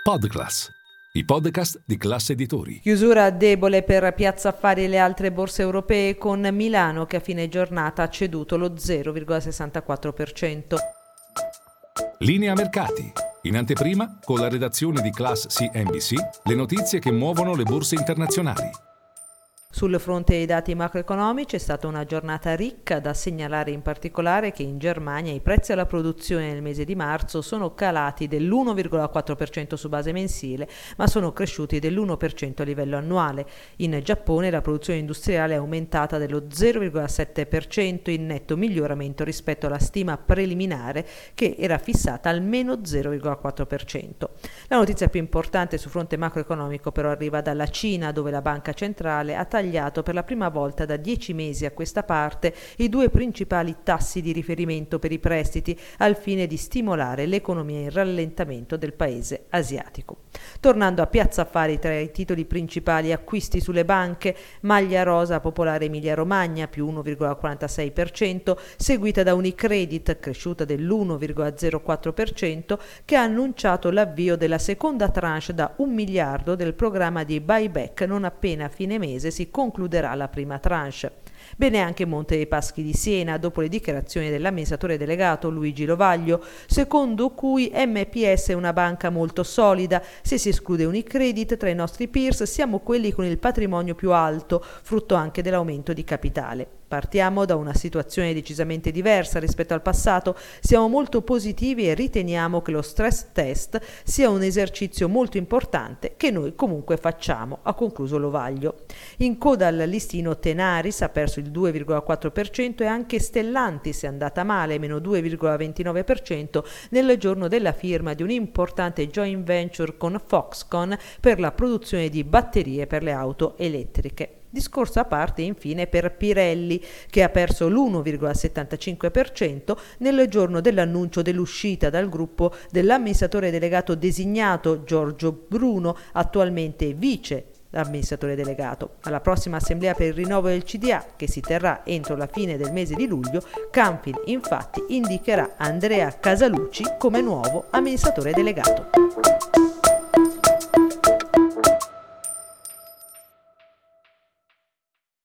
Podclass, i podcast di Class Editori. Chiusura debole per Piazza Affari e le altre borse europee, con Milano che a fine giornata ha ceduto lo 0,64%. Linea mercati. In anteprima, con la redazione di Class CNBC, le notizie che muovono le borse internazionali. Sul fronte dei dati macroeconomici è stata una giornata ricca, da segnalare in particolare che in Germania i prezzi alla produzione nel mese di marzo sono calati dell'1,4% su base mensile, ma sono cresciuti dell'1% a livello annuale. In Giappone la produzione industriale è aumentata dello 0,7%, in netto miglioramento rispetto alla stima preliminare che era fissata al meno 0,4%. La notizia più importante sul fronte macroeconomico però arriva dalla Cina, dove la banca centrale ha tagliato per la prima volta da 10 mesi a questa parte i due principali tassi di riferimento per i prestiti, al fine di stimolare l'economia in rallentamento del paese asiatico. Tornando a Piazza Affari, tra i titoli principali acquisti sulle banche, Maglia Rosa Popolare Emilia Romagna più 1,46%, seguita da Unicredit cresciuta dell'1,04%, che ha annunciato l'avvio della seconda tranche da 1 miliardo del programma di buyback non appena a fine mese si concluderà la prima tranche. Bene anche Monte dei Paschi di Siena, dopo le dichiarazioni dell'amministratore delegato Luigi Lovaglio, secondo cui MPS è una banca molto solida. Se si esclude Unicredit, tra i nostri peers siamo quelli con il patrimonio più alto, frutto anche dell'aumento di capitale. Partiamo da una situazione decisamente diversa rispetto al passato. Siamo molto positivi e riteniamo che lo stress test sia un esercizio molto importante che noi comunque facciamo, ha concluso Lovaglio. In coda al listino Tenaris ha perso il 2,4% e anche Stellantis è andata male, meno 2,29%, nel giorno della firma di un importante joint venture con Foxconn per la produzione di batterie per le auto elettriche. Discorso a parte infine per Pirelli, che ha perso l'1,75% nel giorno dell'annuncio dell'uscita dal gruppo dell'amministratore delegato designato Giorgio Bruno, attualmente vice amministratore delegato. Alla prossima assemblea per il rinnovo del CDA, che si terrà entro la fine del mese di luglio, Camfil infatti indicherà Andrea Casalucci come nuovo amministratore delegato.